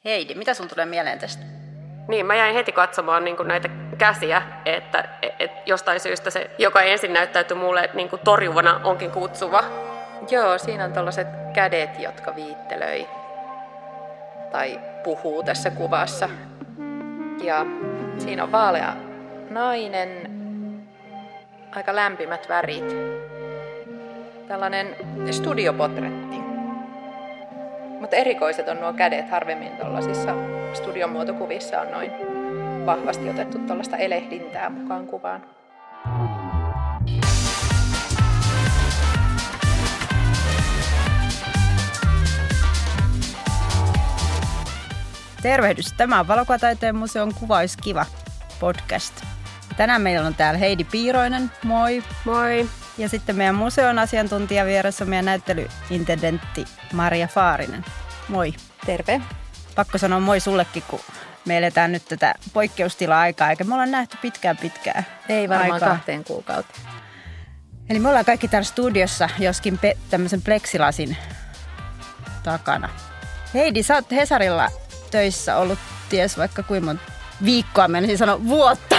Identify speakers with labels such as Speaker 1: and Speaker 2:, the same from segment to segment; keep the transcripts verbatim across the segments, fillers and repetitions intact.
Speaker 1: Heidi, mitä sun tulee mieleen tästä?
Speaker 2: Niin, mä jäin heti katsomaan niin kuin näitä käsiä, että et jostain syystä se, joka ensin näyttäytyi mulle niin kuin torjuvana, onkin kutsuva.
Speaker 1: Joo, siinä on tällaiset kädet, jotka viittelöi tai puhuu tässä kuvassa. Ja siinä on vaalea nainen, aika lämpimät värit. Tällainen studiopotretti. Mutta erikoiset on nuo kädet, harvemmin tuollaisissa studiomuotokuvissa on noin vahvasti otettu tuollaista elehdintää mukaan kuvaan.
Speaker 3: Tervehdys! Tämä on Valokuvataiteen museon Kuvauskiva podcast. Tänään meillä on täällä Heidi Piiroinen, moi.
Speaker 2: Moi.
Speaker 3: Ja sitten meidän museon asiantuntija vieressä on meidän näyttelyintendentti Maria Faarinen. Moi.
Speaker 1: Terve.
Speaker 3: Pakko sanoa moi sullekin, kun me eletään nyt tätä poikkeustila-aikaa, eikä me ollaan nähty pitkään pitkään
Speaker 1: Ei varmaan
Speaker 3: aikaa.
Speaker 1: kahteen kuukauteen.
Speaker 3: Eli me ollaan kaikki täällä studiossa, joskin pe- tämmöisen pleksilasin takana. Heidi, sä oot Hesarilla töissä ollut ties vaikka kuinka monta viikkoa, menisin sanoa vuotta.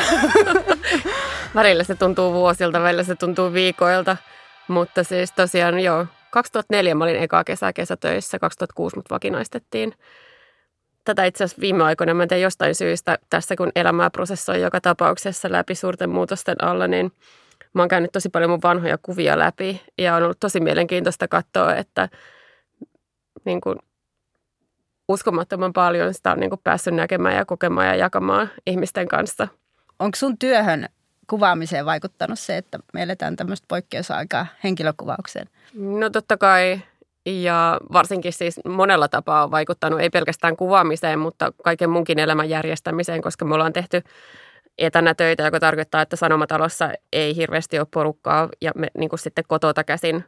Speaker 2: Välillä se tuntuu vuosilta, välillä se tuntuu viikoilta, mutta siis tosiaan joo, kaksituhattaneljä mä olin eka kesä kesätöissä, kaksituhattakuusi mut vakinaistettiin. Tätä itse asiassa viime aikoina, mä en tiedä jostain syystä, tässä kun elämää prosessoi joka tapauksessa läpi suurten muutosten alla, niin mä oon käynyt tosi paljon mun vanhoja kuvia läpi ja on ollut tosi mielenkiintoista katsoa, että niin kuin uskomattoman paljon sitä on niin kuin päässyt näkemään ja kokemaan ja jakamaan ihmisten kanssa.
Speaker 3: Onko sun työhön kuvaamiseen vaikuttanut se, että me eletään tämmöistä poikkeusaikaa henkilökuvaukseen?
Speaker 2: No totta kai, ja varsinkin siis monella tapaa on vaikuttanut, ei pelkästään kuvaamiseen, mutta kaiken munkin elämän järjestämiseen, koska me ollaan tehty etänä töitä, joka tarkoittaa, että Sanomatalossa ei hirveästi ole porukkaa ja me niin kuin sitten kotota käsin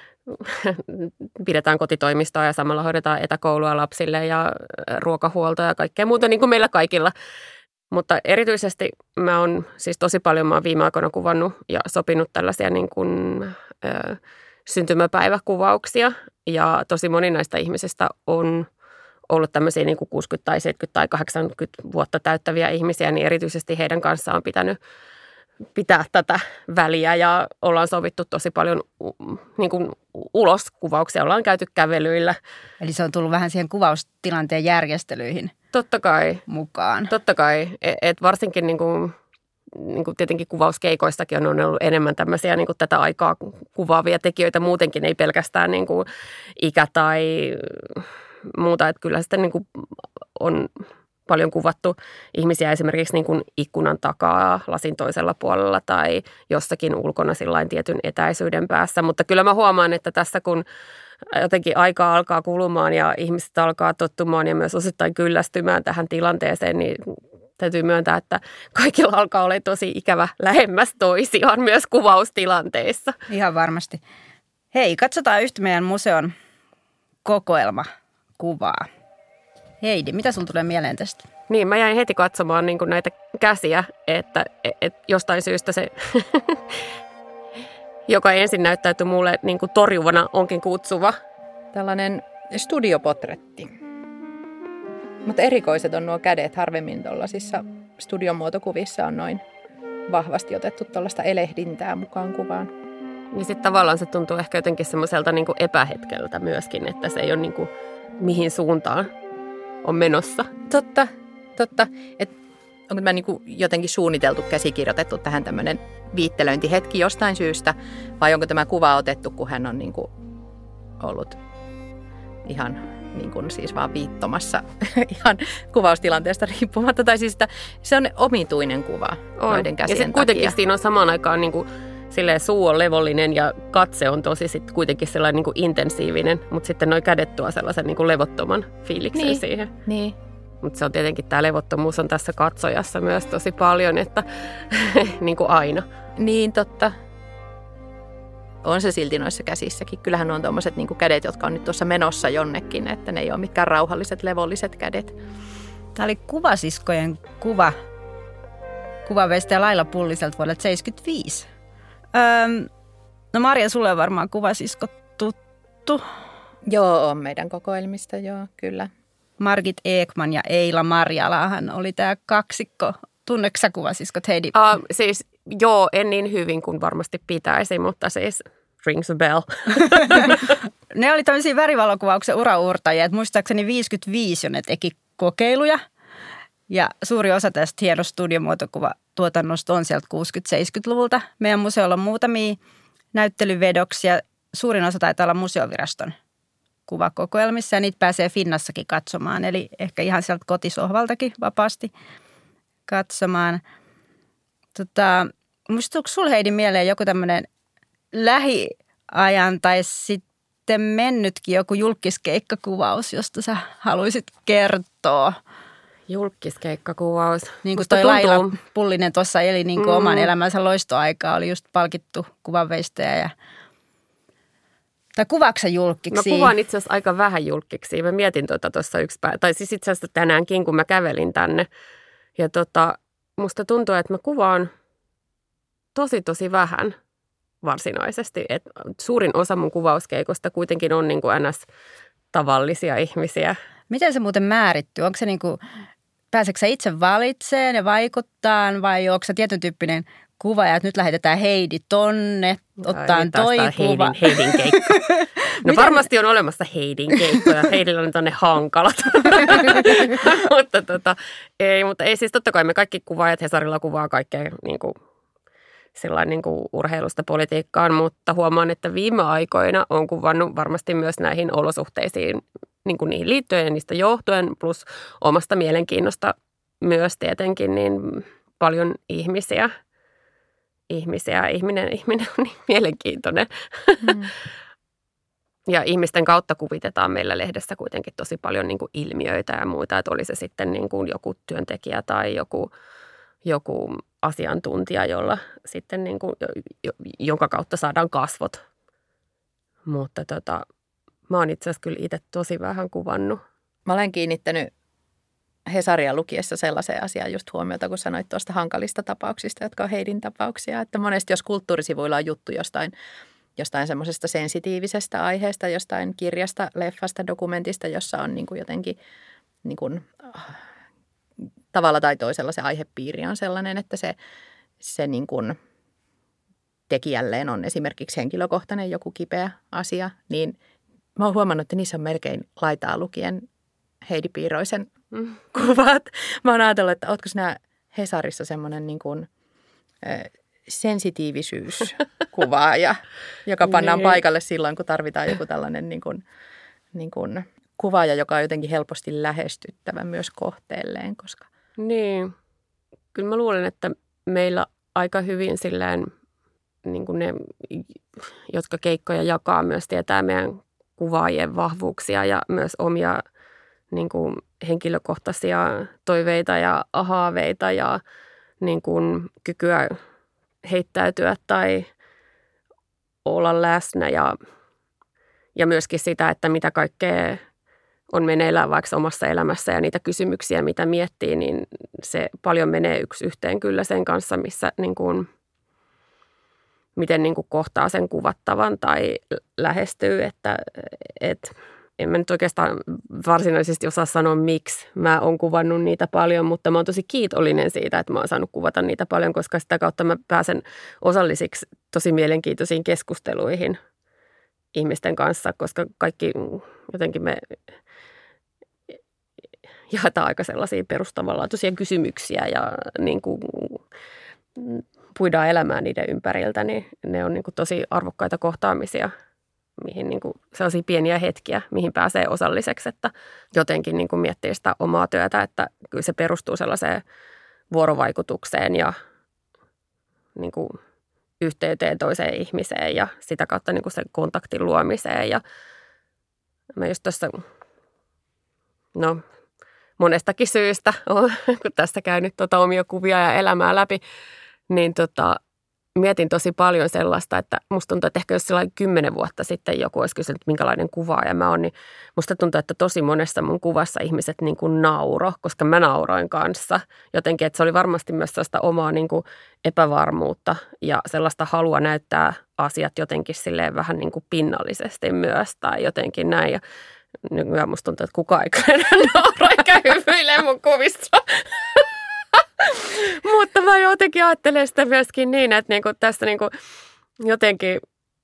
Speaker 2: pidetään kotitoimistoa ja samalla hoidetaan etäkoulua lapsille ja ruokahuoltoa ja kaikkea muuta niin kuin meillä kaikilla. Mutta erityisesti mä oon siis tosi paljon mä oon viime aikoina kuvannut ja sopinut tällaisia niin kuin, ö, syntymäpäiväkuvauksia. Ja tosi moni näistä ihmisistä on ollut tämmöisiä niin kuin kuusikymmentä tai seitsemänkymmentä tai kahdeksankymmentä vuotta täyttäviä ihmisiä, niin erityisesti heidän kanssaan on pitänyt pitää tätä väliä ja ollaan sovittu tosi paljon niin kuin uloskuvauksia, ollaan käyty kävelyillä.
Speaker 3: Eli se on tullut vähän siihen kuvaustilanteen järjestelyihin
Speaker 2: Totta kai.
Speaker 3: mukaan.
Speaker 2: Totta kai, että varsinkin niin kuin, niin kuin tietenkin kuvauskeikoistakin on ollut enemmän tämmöisiä niin kuin tätä aikaa kuvaavia tekijöitä muutenkin, ei pelkästään niin kuin ikä tai muuta, että kyllä sitten niin kuin on paljon kuvattu ihmisiä esimerkiksi niin kuin ikkunan takaa lasin toisella puolella tai jossakin ulkona sillain tietyn etäisyyden päässä. Mutta kyllä mä huomaan, että tässä kun jotenkin aikaa alkaa kulumaan ja ihmiset alkaa tottumaan ja myös osittain kyllästymään tähän tilanteeseen, niin täytyy myöntää, että kaikilla alkaa olla tosi ikävä lähemmäs toisiaan myös kuvaustilanteissa.
Speaker 3: Ihan varmasti. Hei, katsotaan yhtä meidän museon kokoelmakuvaa. Heidi, mitä sun tulee mieleen tästä?
Speaker 2: Niin, mä jäin heti katsomaan niin kuin näitä käsiä, että et jostain syystä se, joka ensin näyttäytyi mulle niin kuin torjuvana, onkin kutsuva.
Speaker 1: Tällainen studiopotretti. Mutta erikoiset on nuo kädet, harvemmin tuollaisissa studiomuotokuvissa on noin vahvasti otettu tuollaista elehdintää mukaan kuvaan.
Speaker 2: Niin sitten tavallaan se tuntuu ehkä jotenkin semmoiselta niin kuin epähetkeltä myöskin, että se ei ole niin kuin mihin suuntaan on menossa.
Speaker 1: Totta, totta. Et onko tämä niinku jotenkin suunniteltu, käsikirjoitettu tähän tämmöinen viittelöintihetki jostain syystä, vai onko tämä kuva otettu, kun hän on niinku ollut ihan niin kuin siis vaan viittomassa ihan kuvaustilanteesta riippumatta. Tai siis sitä, se on omituinen kuva
Speaker 2: on.
Speaker 1: noiden käsien
Speaker 2: ja
Speaker 1: takia.
Speaker 2: Kuitenkin siinä on samaan aikaan niin kuin silleen suu on levollinen ja katse on tosi sit kuitenkin sellainen niin kuin intensiivinen, mutta sitten noi kädet tuo sellaisen niin kuin levottoman fiiliksen
Speaker 1: niin.
Speaker 2: siihen.
Speaker 1: Niin.
Speaker 2: Mutta se on tietenkin, tämä levottomuus on tässä katsojassa myös tosi paljon, että niin kuin aina.
Speaker 1: Niin, totta. On se silti noissa käsissäkin. Kyllähän on tuommoiset niin kuin kädet, jotka on nyt tuossa menossa jonnekin, että ne ei ole mitkään rauhalliset, levolliset kädet.
Speaker 3: Tämä oli Kuvasiskojen kuva kuvaveistä ja Laila Pulliselta vuodelta seitsemänkymmentäviisi. Öö, no Marja, sulle on varmaan Kuvasisko tuttu.
Speaker 1: Joo, on meidän kokoelmista, joo, kyllä.
Speaker 3: Margit Ekman ja Eila Marjalahan oli tämä kaksikko. Tunneeko sä kuvasiskot Heidi?
Speaker 2: Uh, siis joo, en niin hyvin kuin varmasti pitäisi, mutta siis rings a bell.
Speaker 3: Ne oli tämmöisiä värivalokuvauksen urauurtajia, että muistaakseni viisikymmentäviisi jo ne teki kokeiluja. Ja suuri osa tästä hienosta studiomuotokuvatuotannosta on sieltä kuusikymmentä-seitsemänkymmentäluvulta. Meidän museolla on muutamia näyttelyvedoksia. Suurin osa taitaa olla museoviraston kuvakokoelmissa ja niitä pääsee Finnassakin katsomaan. Eli ehkä ihan sieltä kotisohvaltakin vapaasti katsomaan. Tota, muistuuko sulla Heidi mieleen joku tämmöinen lähiajan tai sitten mennytkin joku julkiskeikkakuvaus, josta sä haluaisit kertoa?
Speaker 2: Julkiskeikkakuvaus.
Speaker 3: Niin kuin toi Laila Pullinen tuossa eli niin kuin mm. oman elämänsä loistoaikaa, oli just palkittu kuvanveistäjä ja tai kuvaaksa julkkiksi?
Speaker 2: Mä kuvaan itse asiassa aika vähän julkkiksi. Mä mietin tuota tuossa yksi päivä, tai siis itse asiassa tänäänkin, kun mä kävelin tänne. Ja tota, musta tuntuu, että mä kuvaan tosi tosi vähän varsinaisesti. Et suurin osa mun kuvauskeikosta kuitenkin on niin kuin ns. Tavallisia ihmisiä.
Speaker 3: Miten se muuten määrittyy? Onko se niin kuin, pääseekö sä itse valitseen ja vaikuttaa vai onko se tietyn tyyppinen kuva ja että nyt lähetetään Heidi tonne, ottaa toi kuva?
Speaker 2: Heidin, Heidin keikka. No varmasti on olemassa Heidin keikkoja. Heidillä on tonne hankalat. mutta, tota, ei, mutta ei siis totta kai me kaikki kuvaajat Hesarilla kuvaa kaikkea niin kuin, sillain, niin kuin urheilusta politiikkaan, mutta huomaan, että viime aikoina on kuvannut varmasti myös näihin olosuhteisiin niin kuin niihin liittyen ja niistä johtuen, plus omasta mielenkiinnosta myös tietenkin niin paljon ihmisiä. Ihmisiä. Ihminen, ihminen on niin mielenkiintoinen. Mm. Ja ihmisten kautta kuvitetaan meillä lehdessä kuitenkin tosi paljon niin kuin ilmiöitä ja muita, että oli se sitten niin kuin joku työntekijä tai joku, joku asiantuntija, jolla sitten niin kuin, jonka kautta saadaan kasvot. Mutta tota, mä oon itse asiassa kyllä itse tosi vähän kuvannut.
Speaker 1: Mä olen kiinnittänyt Hesaria lukiessa sellaiseen asiaan just huomiota, kun sanoit tuosta hankalista tapauksista, jotka on Heidin tapauksia. Että monesti jos kulttuurisivuilla on juttu jostain, jostain semmoisesta sensitiivisestä aiheesta, jostain kirjasta, leffasta, dokumentista, jossa on niin kuin jotenkin niin kuin, tavalla tai toisella se aihepiiri on sellainen, että se, se niin kuin tekijälleen on esimerkiksi henkilökohtainen joku kipeä asia, niin mä oon huomannut, että niissä on melkein laitaa lukien Heidi Piiroisen mm. kuvat. Mä oon ajatellut, että ootko sinä Hesarissa semmoinen niin kuin ö, sensitiivisyyskuvaaja, joka pannaan paikalle silloin, kun tarvitaan joku tällainen niin kuin, niin kuin kuvaaja, joka on jotenkin helposti lähestyttävä myös kohteelleen, koska...
Speaker 2: Niin. Kyllä mä luulen, että meillä aika hyvin silleen, niin kuin ne, jotka keikkoja jakaa, myös tietää meidän kuvaajien vahvuuksia ja myös omia niin kuin henkilökohtaisia toiveita ja haaveita ja niin kuin kykyä heittäytyä tai olla läsnä ja, ja myöskin sitä, että mitä kaikkea on meneillään vaikka omassa elämässä ja niitä kysymyksiä, mitä miettii, niin se paljon menee yksi yhteen kyllä sen kanssa, missä niin kuin, miten niin kuin kohtaa sen kuvattavan tai lähestyy, että et, en mä nyt oikeastaan varsinaisesti osaa sanoa, miksi mä oon kuvannut niitä paljon, mutta mä oon tosi kiitollinen siitä, että mä oon saanut kuvata niitä paljon, koska sitä kautta mä pääsen osallisiksi tosi mielenkiintoisiin keskusteluihin ihmisten kanssa, koska kaikki jotenkin me jaetaan aika sellaisia perustavanlaatuisia kysymyksiä ja niin kuin puidaan elämää niiden ympäriltä, niin ne on niin kuin tosi arvokkaita kohtaamisia, mihin niin kuin sellaisia pieniä hetkiä, mihin pääsee osalliseksi, että jotenkin niin kuin miettii sitä omaa työtä, että kyllä se perustuu sellaiseen vuorovaikutukseen ja niin kuin yhteyteen toiseen ihmiseen ja sitä kautta niin kuin sen kontaktin luomiseen. Ja mä just tuossa, no monestakin syystä, kun tässä käynyt tuota omia kuvia ja elämää läpi, niin tota, mietin tosi paljon sellaista, että musta tuntuu, että ehkä jos sellainen kymmenen vuotta sitten joku olisi kysynyt, minkälainen kuvaaja mä oon, niin musta tuntuu, että tosi monessa mun kuvassa ihmiset niin kuin nauro, koska mä nauroin kanssa jotenkin, että se oli varmasti myös sellaista omaa niin kuin epävarmuutta ja sellaista halua näyttää asiat jotenkin silleen vähän niin kuin pinnallisesti myös tai jotenkin näin. Ja nykyään musta tuntuu, että kukaan ei kyllä nauraa eikä hymyilee mun kuvissa. Mutta mä jotenkin ajattelen sitä myöskin niin, että niinku tässä niinku jotenkin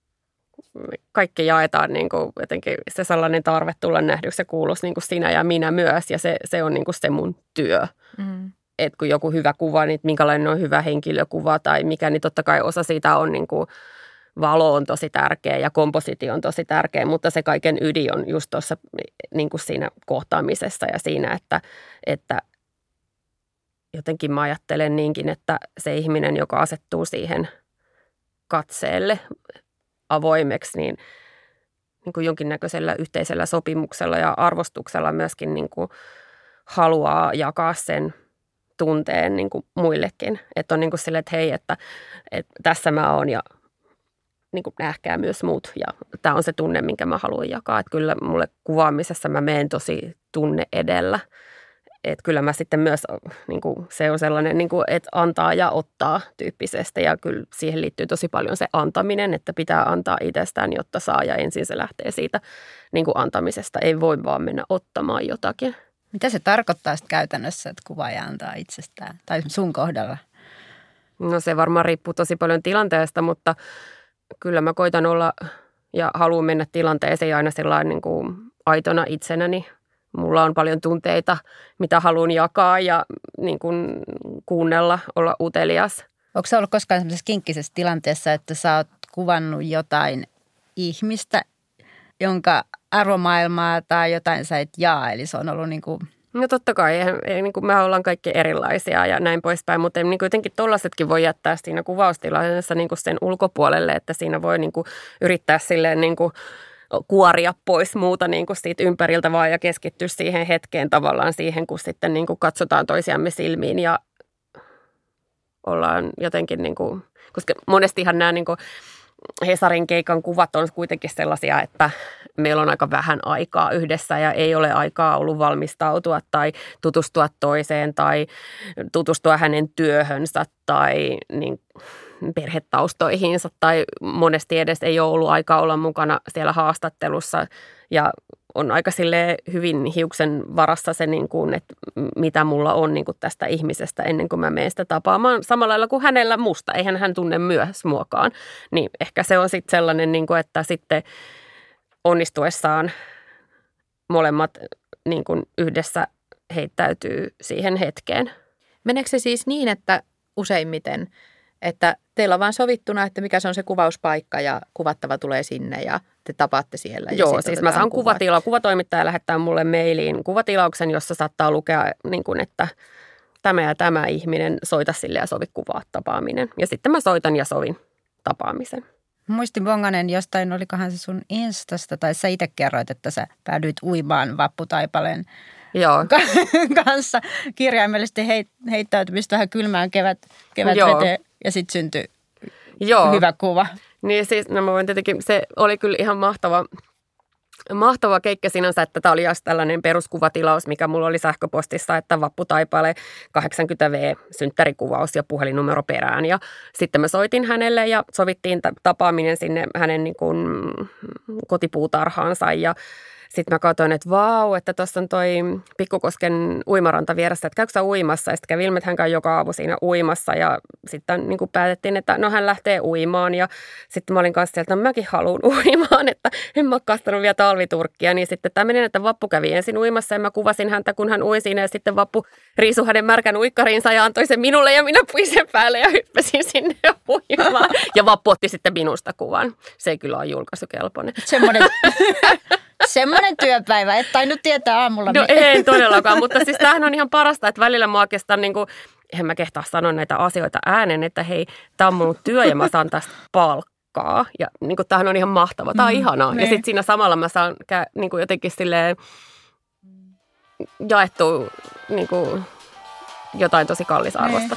Speaker 2: kaikki jaetaan niinku jotenkin se sellainen tarve tulla nähdyksi ja kuuluisi niinku sinä ja minä myös. Ja se, se on niinku se mun työ. Mm. Että kun joku hyvä kuva, niin minkälainen on hyvä henkilökuva tai mikä, niin totta kai osa siitä on niinku valo on tosi tärkeä ja kompositio on tosi tärkeä, mutta se kaiken ydin on just tuossa niinku siinä kohtaamisessa ja siinä, että, että jotenkin mä ajattelen niinkin, että se ihminen, joka asettuu siihen katseelle avoimeksi, niin, niin kuin jonkinnäköisellä yhteisellä sopimuksella ja arvostuksella myöskin niin kuin haluaa jakaa sen tunteen niin kuin muillekin. Että on niin kuin silleen, että hei, että, että tässä mä oon ja niin kuin nähkää myös muut. Ja tämä on se tunne, minkä mä haluan jakaa. Että kyllä mulle kuvaamisessa mä menen tosi tunne edellä. Että kyllä mä sitten myös, niin kuin, se on sellainen, niin kuin, että antaa ja ottaa tyyppisesti ja kyllä siihen liittyy tosi paljon se antaminen, että pitää antaa itsestään, jotta saa ja ensin se lähtee siitä niin kuin antamisesta. Ei voi vaan mennä ottamaan jotakin.
Speaker 3: Mitä se tarkoittaa sitten käytännössä, että kuvaaja antaa itsestään tai sun kohdalla?
Speaker 2: No se varmaan riippuu tosi paljon tilanteesta, mutta kyllä mä koitan olla ja haluan mennä tilanteeseen aina sellainen niin kuin aitona itsenäni. Mulla on paljon tunteita, mitä haluan jakaa ja niin kuin kuunnella, olla utelias.
Speaker 3: Onko sä ollut koskaan sellaisessa kinkkisessä tilanteessa, että sä oot kuvannut jotain ihmistä, jonka arvomaailmaa tai jotain sä et jaa? Eli se on ollut niin kuin...
Speaker 2: No totta kai, ei, ei, niin kuin me ollaan kaikki erilaisia ja näin poispäin, mutta niin kuin jotenkin tollaisetkin voi jättää siinä kuvaustilanteessa niin kuin sen ulkopuolelle, että siinä voi niin kuin yrittää silleen niin kuin kuoria pois muuta niin kuin siitä ympäriltä vaan ja keskittyä siihen hetkeen tavallaan siihen, kun sitten niin kuin katsotaan toisiamme silmiin ja ollaan jotenkin, niin kuin, koska monestihan nämä niin kuin Hesarin keikan kuvat on kuitenkin sellaisia, että meillä on aika vähän aikaa yhdessä ja ei ole aikaa ollut valmistautua tai tutustua toiseen tai tutustua hänen työhönsä tai niin perhetaustoihinsa tai monesti edes ei ole ollut aikaa olla mukana siellä haastattelussa ja on aika silleen hyvin hiuksen varassa se, niin kuin, että mitä mulla on niin kuin tästä ihmisestä ennen kuin mä menen sitä tapaamaan samalla lailla kuin hänellä musta. Eihän hän tunne myös muakaan. Niin ehkä se on sitten sellainen, niin kuin, että sitten onnistuessaan molemmat niin kuin yhdessä heittäytyy siihen hetkeen.
Speaker 1: Meneekö se siis niin, että useimmiten, että teillä on vaan sovittuna, että mikä se on se kuvauspaikka ja kuvattava tulee sinne ja te tapaatte siellä? Ja
Speaker 2: Joo, siis mä saan kuvatila. Kuvatoimittaja lähettää mulle mailiin kuvatilauksen, jossa saattaa lukea, niin kuin, että tämä ja tämä ihminen soita sille ja sovi kuvaa tapaaminen. Ja sitten mä soitan ja sovin tapaamisen.
Speaker 3: Muistin bonganen jostain, olikohan se sun Instasta, tai sä itse kerroit, että sä päädyit uimaan Vapputaipaleen
Speaker 2: Joo.
Speaker 3: kanssa kirjaimellisesti heit- heittäytymistä vähän kylmään kevät, kevätveteen ja sitten syntyi Joo. hyvä kuva.
Speaker 2: Niin siis, no mä voin tietenkin, se oli kyllä ihan mahtava, mahtava keikka sinänsä, että tämä oli tällainen peruskuvatilaus, mikä mulla oli sähköpostissa, että Vapputaipale kahdeksankymmentä vuotias synttärikuvaus ja puhelinnumero perään. Ja sitten mä soitin hänelle ja sovittiin tapaaminen sinne hänen niin kuin kotipuutarhaansa ja sitten mä katsoin, että vau, että tuossa on toi Pikkukosken uimaranta vieressä, että käykö sä uimassa? Ja sitten kävi ilme, että hän käy joka aamu siinä uimassa ja sitten niin kuin päätettiin, että no hän lähtee uimaan ja sitten mä olin kanssa sieltä, että no mäkin haluan uimaan, että en mä ole kastanut vielä talviturkkia. Niin sitten tämä meni, että Vappu kävi ensin uimassa ja mä kuvasin häntä, kun hän ui siinä ja sitten Vappu riisui hänen märkän uikkariinsa ja antoi sen minulle ja minä puin sen päälle ja hyppäsin sinne uimaan. Ja Vappu otti sitten minusta kuvan. Se ei kyllä ole julkaisukelpoinen.
Speaker 3: Semmoinen... Semmoinen työpäivä, et tainnut tietää aamulla.
Speaker 2: No ei todellakaan, mutta siis tämähän on ihan parasta, että välillä mua oikeastaan, niin kuin, eihän mä kehtaa sanoa näitä asioita äänen, että hei, tämä on mun työ ja mä saan tästä palkkaa. Ja niin kuin, tämähän on ihan mahtava, tämä on mm, ihanaa. Ne. Ja sitten siinä samalla mä saan niin kuin jotenkin silleen jaettua niin kuin, jotain tosi kallisarvosta. Ne.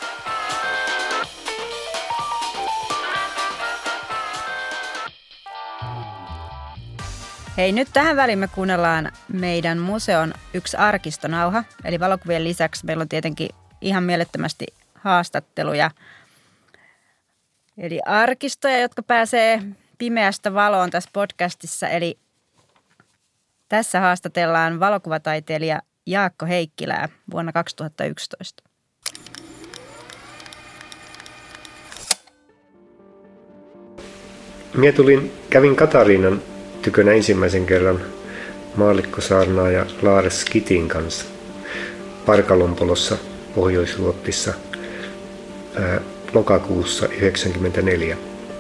Speaker 3: Hei, nyt tähän väliin me kuunnellaan meidän museon yksi arkistonauha. Eli valokuvien lisäksi meillä on tietenkin ihan mielettömästi haastatteluja. Eli arkistoja, jotka pääsee pimeästä valoon tässä podcastissa. Eli Tässä haastatellaan valokuvataiteilija Jaakko Heikkilää vuonna kaksituhattayksitoista.
Speaker 4: Minä tulin, kävin Katariinan tykönä ensimmäisen kerran maallikkosaarnaaja Laares Skitin kanssa Parkalompolossa Pohjois-Ruotsissa ää, lokakuussa yhdeksänkymmentäneljä.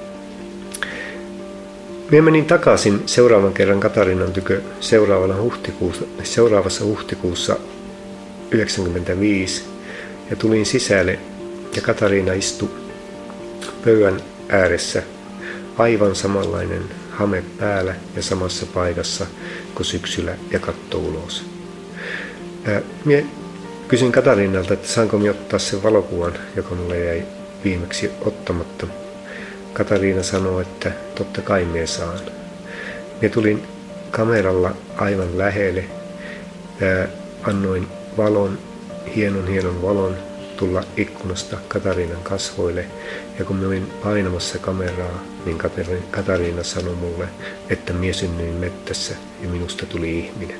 Speaker 4: Minä menin takaisin seuraavan kerran Katariinan tykö seuraavana huhtikuussa, seuraavassa huhtikuussa yhdeksänkymmentäviisi ja tulin sisälle ja Katariina istui pöydän ääressä aivan samanlainen hame päällä ja samassa paikassa kuin syksyllä ja katsoi ulos. Minä kysyin Katariinalta, että saanko minä ottaa sen valokuvan, joka mulle jäi viimeksi ottamatta. Katariina sanoi, että totta kai minä saan. Minä tulin kameralla aivan lähelle ja annoin valon, hienon hienon valon tulla ikkunasta Katariinan kasvoille. Ja kun minä olin painamassa kameraa, niin Katariina sanoi mulle, että minä synnyin mettässä ja minusta tuli ihminen.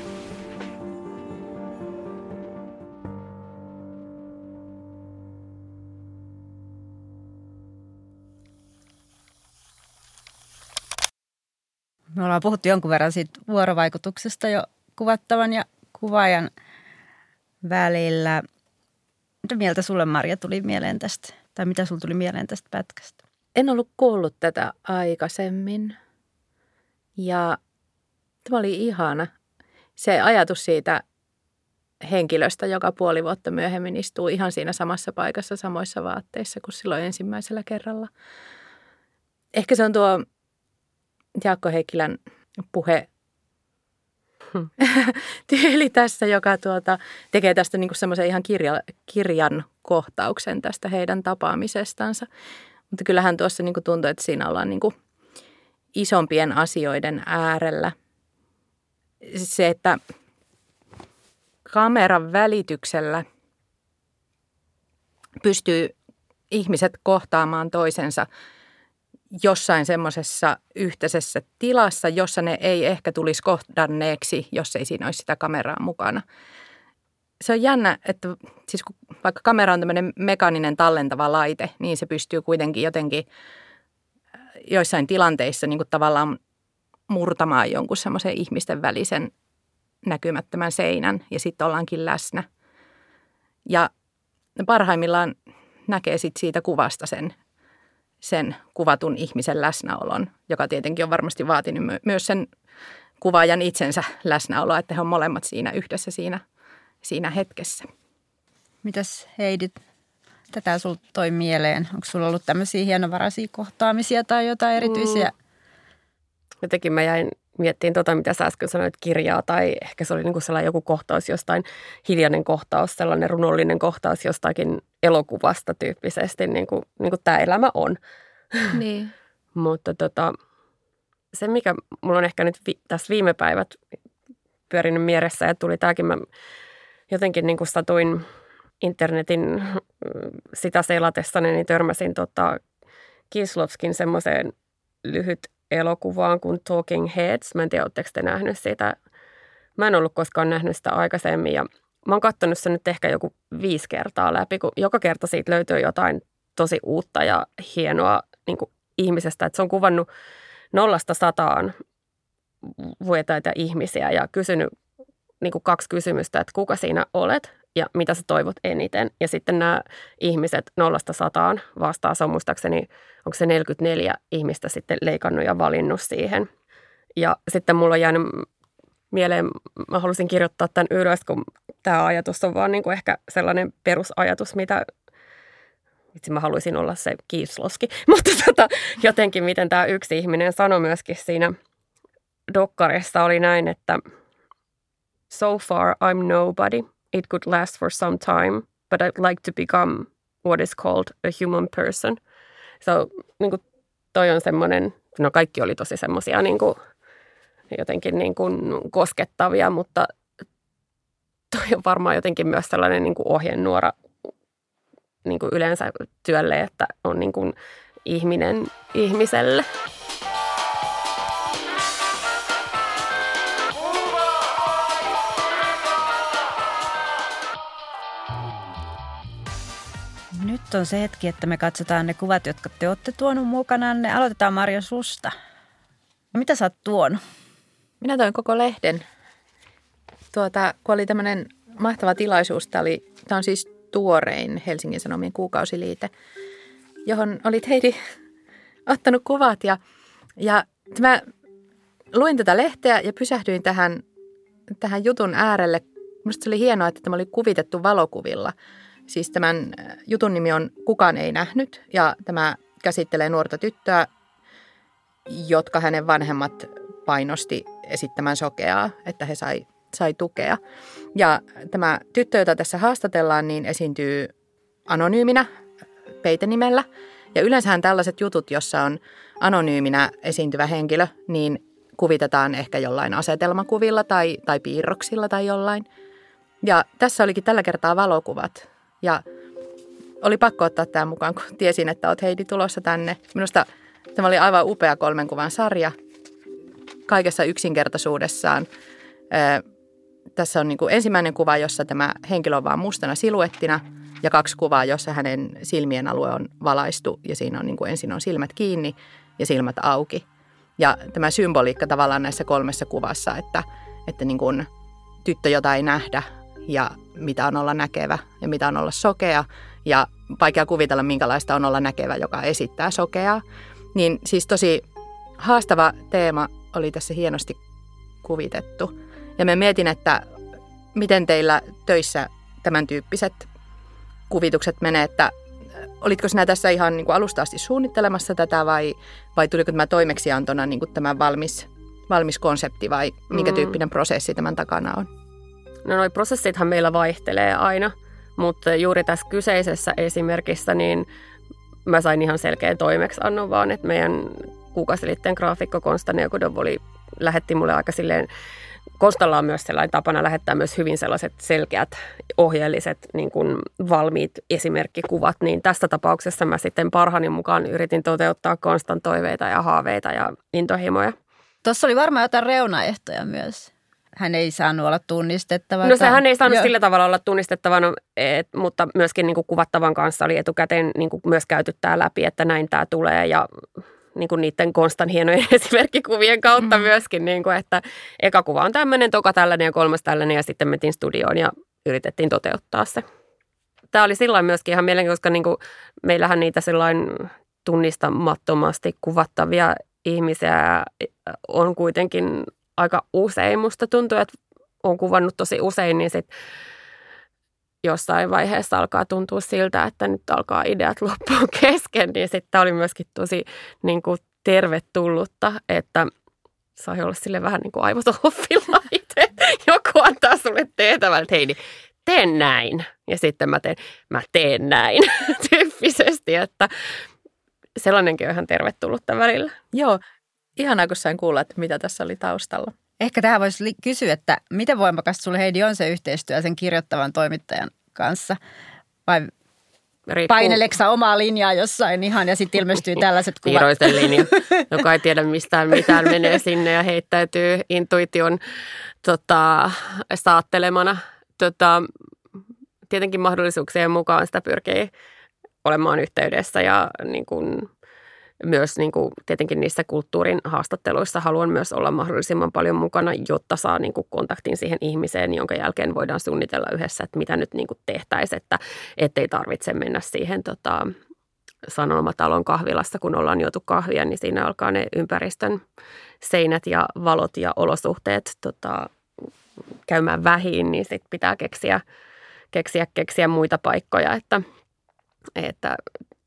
Speaker 3: Me ollaan puhuttu jonkun verran siitä vuorovaikutuksesta jo kuvattavan ja kuvaajan välillä. Mitä mieltä sulle, Marja, tuli mieleen tästä? Tai mitä sulle tuli mieleen tästä pätkästä?
Speaker 1: En ollut kuullut tätä aikaisemmin. Ja tämä oli ihana. Se ajatus siitä henkilöstä, joka puoli vuotta myöhemmin istuu ihan siinä samassa paikassa, samoissa vaatteissa kuin silloin ensimmäisellä kerralla. Ehkä se on tuo Jaakko Heikkilän puhe hmm. tyyli tässä, joka tuota, tekee tästä niinku semmoisen ihan kirja, kirjan kohtauksen tästä heidän tapaamisestansa. Mutta kyllähän tuossa niinku tuntui, että siinä ollaan niinku isompien asioiden äärellä. Se, että kameran välityksellä pystyy ihmiset kohtaamaan toisensa jossain semmoisessa yhteisessä tilassa, jossa ne ei ehkä tulisi kohdanneeksi, jos ei siinä olisi sitä kameraa mukana. Se on jännä, että siis kun vaikka kamera on tämmöinen mekaaninen tallentava laite, niin se pystyy kuitenkin jotenkin joissain tilanteissa niin kuin tavallaan murtamaan jonkun semmoisen ihmisten välisen näkymättömän seinän ja sitten ollaankin läsnä. Ja parhaimmillaan näkee sitten siitä kuvasta sen, sen kuvatun ihmisen läsnäolon, joka tietenkin on varmasti vaatinut my- myös sen kuvaajan itsensä läsnäoloa, että he on molemmat siinä yhdessä siinä, siinä hetkessä.
Speaker 3: Mitäs Heidi, tätä sul toi mieleen? Onko sulla ollut tämmöisiä hienovaraisia kohtaamisia tai jotain erityisiä? Mm.
Speaker 2: Jotenkin mä jäin miettiin tota, mitä sä äsken sanoit, kirjaa tai ehkä se oli niin kuin sellainen joku kohtaus jostain, hiljainen kohtaus, sellainen runollinen kohtaus jostakin elokuvasta tyyppisesti, niin kuin, niin kuin tämä elämä on.
Speaker 1: Niin.
Speaker 2: Mutta tota, se, mikä mulla on ehkä nyt vi- tässä viime päivät pyörinyt mielessä ja tuli tämäkin, mä jotenkin niin kuin satuin internetin sitä seilatessani, niin törmäsin tota Kieslowskin semmoiseen lyhyt elokuvaan kuin Talking Heads. Mä en tiedä, oletteko te nähnyt sitä. Mä en ollut koskaan nähnyt sitä aikaisemmin ja mä oon katsonut sen nyt ehkä joku viisi kertaa läpi, kun joka kerta siitä löytyy jotain tosi uutta ja hienoa niin kuin ihmisestä. Että se on kuvannut nollasta sataan vuotaita ihmisiä ja kysynyt niin kuin kaksi kysymystä, että kuka siinä olet ja mitä sä toivot eniten. Ja sitten nämä ihmiset nollasta sataan vastaa, se on muistaakseni, onko se neljäkymmentäneljä ihmistä sitten leikannut ja valinnut siihen. Ja sitten mulla on jäänyt mieleen, mä halusin kirjoittaa tämän ylös, kun tämä ajatus on vaan niin kuin ehkä sellainen perusajatus, mitä itse mä haluaisin olla se Kieslowski. Mutta tota, jotenkin miten tämä yksi ihminen sanoi myöskin siinä dokkarissa oli näin, että so far I'm nobody. It could last for some time, but I'd like to become what is called a human person. So, niin kuin toi on semmoinen, no kaikki oli tosi semmoisia niin kuin, jotenkin niin kuin koskettavia, mutta toi on varmaan jotenkin myös sellainen niin kuin ohjenuora niin kuin yleensä työlle, että on niin kuin ihminen ihmiselle.
Speaker 3: Nyt on se hetki, että me katsotaan ne kuvat, jotka te olette tuonut mukanaan. Aloitetaan Marjo susta. Mitä sä oot tuonut?
Speaker 1: Minä toin koko lehden. Tuota, kun oli tämmöinen mahtava tilaisuus, tämä, oli, tämä on siis tuorein Helsingin Sanomien kuukausiliite, johon olit Heidi ottanut kuvat. Ja, ja mä luin tätä lehteä ja pysähdyin tähän, tähän jutun äärelle. Minusta se oli hienoa, että tämä oli kuvitettu valokuvilla. Siis tämän jutun nimi on Kukaan ei nähnyt ja tämä käsittelee nuorta tyttöä, jotka hänen vanhemmat painosti esittämään sokeaa, että he sai, sai tukea. Ja tämä tyttö, jota tässä haastatellaan, niin esiintyy anonyyminä peitenimellä. Ja yleensähän tällaiset jutut, jossa on anonyyminä esiintyvä henkilö, niin kuvitetaan ehkä jollain asetelmakuvilla tai, tai piirroksilla tai jollain. Ja tässä olikin tällä kertaa valokuvat. Ja oli pakko ottaa tämä mukaan, kun tiesin, että olet Heidi tulossa tänne. Minusta tämä oli aivan upea kolmen kuvan sarja kaikessa yksinkertaisuudessaan. Tässä on niin kuin ensimmäinen kuva, jossa tämä henkilö on vaan mustana siluettina ja kaksi kuvaa, jossa hänen silmien alue on valaistu ja siinä on niin kuin ensin on silmät kiinni ja silmät auki. Ja tämä symboliikka tavallaan näissä kolmessa kuvassa, että, että niin kuin tyttö, jota ei nähdä ja mitä on olla näkevä ja mitä on olla sokea ja vaikea kuvitella, minkälaista on olla näkevä, joka esittää sokeaa. Niin siis tosi haastava teema oli tässä hienosti kuvitettu. Ja mä mietin, että miten teillä töissä tämän tyyppiset kuvitukset menee, että olitko sinä tässä ihan niin kuin alusta asti suunnittelemassa tätä vai, vai tuliko tämä toimeksiantona niin kuin tämä valmis, valmis konsepti vai minkä tyyppinen prosessi tämän takana on?
Speaker 2: No noi prosessithan meillä vaihtelee aina, mutta juuri tässä kyseisessä esimerkissä niin mä sain ihan selkeän toimeksiannon vaan, että meidän kuukausiliitteen graafikko Konsta Neukudovoli lähetti mulle aika silleen, Konstalla on myös sellainen tapana lähettää myös hyvin sellaiset selkeät ohjeelliset niin kuin valmiit esimerkkikuvat, niin tässä tapauksessa mä sitten parhaani mukaan yritin toteuttaa Konstan toiveita ja haaveita ja intohimoja.
Speaker 3: Tuossa oli varmaan jotain reunaehtoja myös. Hän ei saanut olla tunnistettava.
Speaker 2: No sehän ei saanut jo sillä tavalla olla tunnistettavana, et, mutta myöskin niin kuin kuvattavan kanssa oli etukäteen niin kuin myös käyty tämä läpi, että näin tämä tulee ja niin kuin niiden Konstan hienojen esimerkkikuvien kautta mm. myöskin, niin kuin, että eka kuva on tämmöinen, toka tällainen ja kolmas tällainen ja sitten mentiin studioon ja yritettiin toteuttaa se. Tämä oli silloin myöskin ihan mielenkiintoista, koska niin kuin meillähän niitä sellainen tunnistamattomasti kuvattavia ihmisiä on kuitenkin aika usein. Musta tuntuu, että olen kuvannut tosi usein, niin sitten jossain vaiheessa alkaa tuntua siltä, että nyt alkaa ideat loppua kesken, niin sitten tämä oli myöskin tosi niin kuin tervetullutta, että sai olla sille vähän niin kuin aivotohoffilla itse. Joku antaa sulle tehtävän, että hei, niin tee näin. Ja sitten mä teen, mä teen näin tyyppisesti, että sellainenkin on ihan tervetullutta välillä.
Speaker 1: Joo, ihanaa kun sain kuulla, että mitä tässä oli taustalla.
Speaker 3: Ehkä tähän voisi li- kysyä, että miten voimakasta sulle Heidi on se yhteistyö sen kirjoittavan toimittajan kanssa? Vai
Speaker 2: Riippuu.
Speaker 3: paineleksä omaa linjaa jossain ihan ja sitten ilmestyy tällaiset kuvat?
Speaker 2: Tiiroisen linja, joka ei tiedä mistään mitään, menee sinne ja heittäytyy intuition tota, saattelemana. Tota, tietenkin mahdollisuuksien mukaan sitä pyrkii olemaan yhteydessä ja niin kuin myös niin kuin tietenkin niissä kulttuurin haastatteluissa haluan myös olla mahdollisimman paljon mukana, jotta saa niin kuin kontaktin siihen ihmiseen, jonka jälkeen voidaan suunnitella yhdessä, että mitä nyt niin kuin tehtäisiin, että ettei tarvitse mennä siihen tota, sanomatalon kahvilassa, kun ollaan juotu kahvia, niin siinä alkaa ne ympäristön seinät ja valot ja olosuhteet tota, käymään vähiin, niin sitten pitää keksiä, keksiä, keksiä muita paikkoja, että, että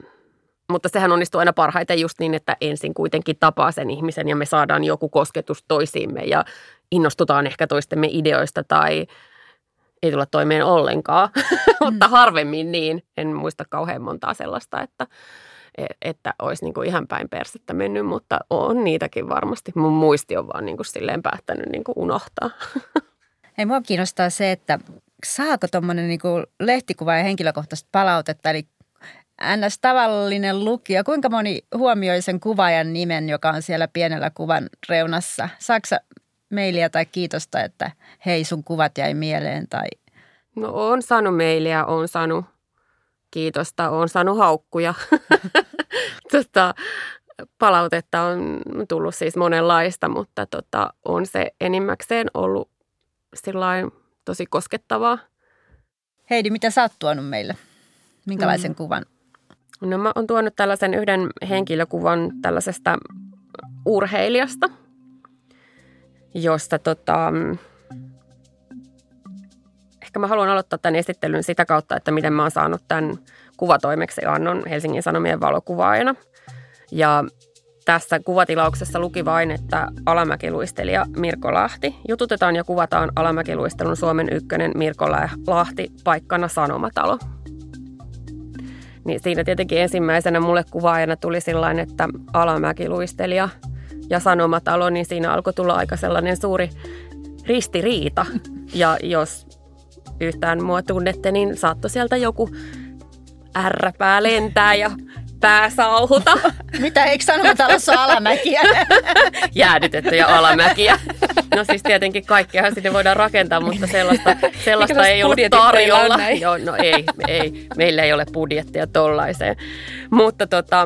Speaker 2: mutta sehän onnistuu aina parhaiten just niin, että ensin kuitenkin tapaa sen ihmisen ja me saadaan joku kosketus toisiimme ja innostutaan ehkä toistemme ideoista tai ei tulla toimeen ollenkaan, mutta harvemmin niin. En muista kauhean montaa sellaista, että, että olisi niin kuin ihan päin persettä mennyt, mutta on niitäkin varmasti. Mun muisti on vaan niin kuin silleen päättänyt niin kuin unohtaa.
Speaker 3: Hei, mua kiinnostaa se, että saako tuommoinen niin kuin lehtikuva ja henkilökohtaista palautetta, eli ns. Tavallinen lukija. Kuinka moni huomioi sen kuvaajan nimen, joka on siellä pienellä kuvan reunassa? Saatko mailia tai kiitosta, että hei sun kuvat jäi mieleen? Tai
Speaker 2: No on saanut mailia, on saanut kiitosta, olen saanut haukkuja. tota, palautetta on tullut siis monenlaista, mutta tota, on se enimmäkseen ollut sillain tosi koskettavaa.
Speaker 3: Heidi, mitä sä oot tuonut meille? Minkälaisen mm. kuvan?
Speaker 2: No mä oon tuonut tällaisen yhden henkilökuvan tällaisesta urheilijasta, josta tota, ehkä mä haluan aloittaa tämän esittelyn sitä kautta, että miten mä oon saanut tämän kuvatoimeksiannon Helsingin Sanomien valokuvaajana. Ja tässä kuvatilauksessa luki vain, että alamäkiluistelija Mirko Lahti jututetaan ja kuvataan alamäkiluistelun Suomen ykkönen Mirko Lahti paikkana Sanomatalo. Niin siinä tietenkin ensimmäisenä mulle kuvaajana tuli sillain, että alamäkiluistelija ja Sanomatalo, niin siinä alkoi tulla aika sellainen suuri ristiriita. Ja jos yhtään mua tunnette, niin saattoi sieltä joku ärräpää lentää ja pääsauhuta.
Speaker 3: Mitä, eikö Sanomatalossa ole alamäkiä?
Speaker 2: Jäädytettyjä alamäkiä. No siis tietenkin kaikkeahan sinne voidaan rakentaa, mutta sellaista, sellaista ei ollut tarjolla. Joo, no ei, ei, meillä ei ole budjettia tollaiseen. Mutta tota,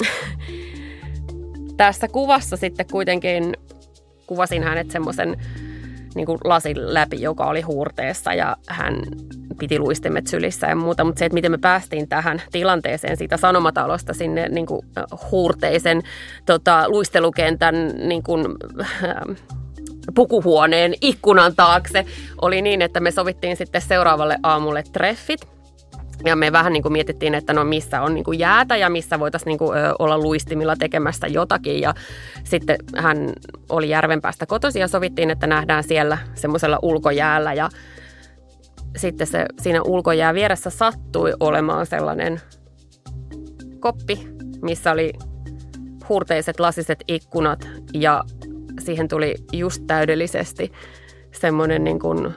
Speaker 2: tässä kuvassa sitten kuitenkin kuvasin hänet semmoisen niin kuin lasin läpi, joka oli huurteessa ja hän piti luistimet sylissä ja muuta. Mutta se, että miten me päästiin tähän tilanteeseen siitä Sanomatalosta sinne niin kuin huurteisen tota, luistelukentän niin kuin, äh, pukuhuoneen ikkunan taakse, oli niin, että me sovittiin sitten seuraavalle aamulle treffit. Ja me vähän niin kuin mietittiin, että no missä on niin kuin jäätä ja missä voitaisiin niin kuin olla luistimilla tekemässä jotakin. Ja sitten hän oli Järvenpäästä kotoisin ja sovittiin, että nähdään siellä semmoisella ulkojäällä. Ja sitten se siinä ulkojää vieressä sattui olemaan sellainen koppi, missä oli huurteiset lasiset ikkunat. Ja siihen tuli just täydellisesti semmoinen niin kuin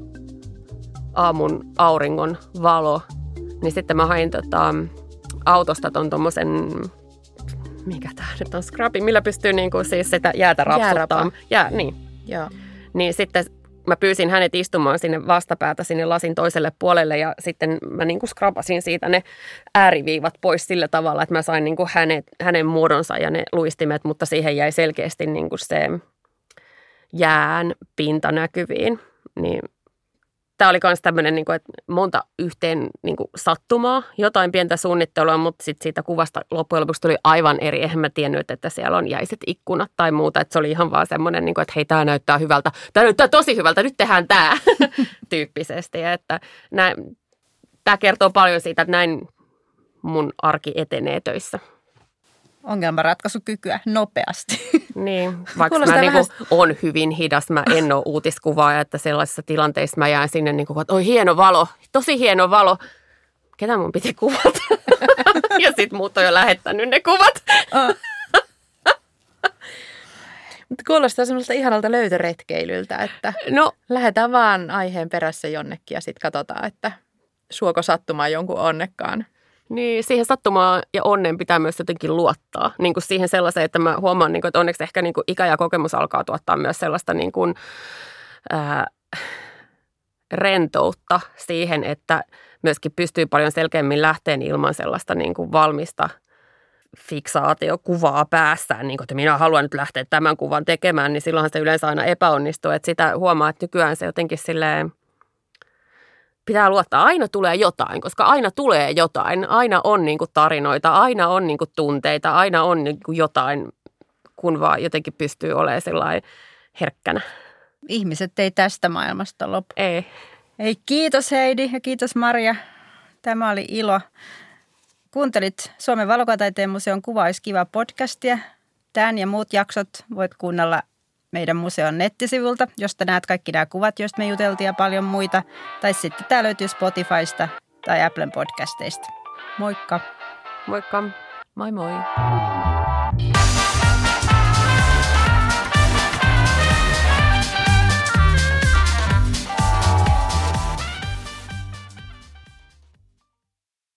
Speaker 2: aamun auringon valo. Niin sitten mä hain tota, autosta ton tommosen, mikä tää nyt on, scrubi, millä pystyy niinku siis sitä jäätä rapsuttamaan. Jää, niin.
Speaker 1: Joo.
Speaker 2: Niin sitten mä pyysin hänet istumaan sinne vastapäätä sinne lasin toiselle puolelle ja sitten mä niinku skrapasin siitä ne ääriviivat pois sillä tavalla, että mä sain niinku hänet, hänen muodonsa ja ne luistimet, mutta siihen jäi selkeästi niinku se jään pinta näkyviin. Niin tämä oli myös tämmöinen, että monta yhteen sattumaa, jotain pientä suunnittelua, mutta sitten siitä kuvasta loppujen lopuksi tuli aivan eri. Eihän mä tiennyt, että siellä on jäiset ikkunat tai muuta. Että se oli ihan vaan semmoinen, että hei, tämä näyttää hyvältä. Tämä näyttää tosi hyvältä, nyt tehdään tämä tyyppisesti. Että tämä kertoo paljon siitä, että näin mun arki etenee töissä.
Speaker 3: Ongelmanratkaisukykyä nopeasti.
Speaker 2: Niin, vaikka Kuulostaa mä vähän... niinku on hyvin hidas, mä en ole uutiskuvaaja, että sellaisissa tilanteissa mä jään sinne niin kuin, että oi hieno valo, tosi hieno valo. Ketä mun piti kuvata? Ja sit muut on jo lähettänyt ne kuvat.
Speaker 1: Oh. Mutta kuulostaa semmoista ihanalta löytöretkeilyltä, että no, lähdetään vaan aiheen perässä jonnekin ja sitten katsotaan, että suoko sattumaan jonkun onnekkaan.
Speaker 2: Niin, siihen sattumaan ja onnen pitää myös jotenkin luottaa. Niin kuin siihen sellaiseen, että mä huomaan, niin kuin, että onneksi ehkä niin kuin ikä ja kokemus alkaa tuottaa myös sellaista niin kuin, ää, rentoutta siihen, että myöskin pystyy paljon selkeämmin lähteen ilman sellaista niin kuin valmista fiksaatiokuvaa päässään, niin kuin, että minä haluan nyt lähteä tämän kuvan tekemään, niin silloinhan se yleensä aina epäonnistuu. Että sitä huomaa, että nykyään se jotenkin silleen pitää luottaa, aina tulee jotain, koska aina tulee jotain. Aina on niin kuin tarinoita, aina on niin kuin tunteita, aina on niin kuin jotain, kun vaan jotenkin pystyy olemaan sellainen herkkänä.
Speaker 3: Ihmiset ei tästä maailmasta lopu.
Speaker 2: Ei.
Speaker 3: Ei, kiitos Heidi ja kiitos Marja. Tämä oli ilo. Kuuntelit Suomen valokuvataiteen museon Kuva olisi kiva -podcastia. Tämän ja muut jaksot voit kuunnella meidän museon nettisivulta, josta näet kaikki nämä kuvat, joista me juteltiin ja paljon muita. Tai sitten tämä löytyy Spotifysta tai Applen podcasteista. Moikka!
Speaker 2: Moikka!
Speaker 1: Moi moi!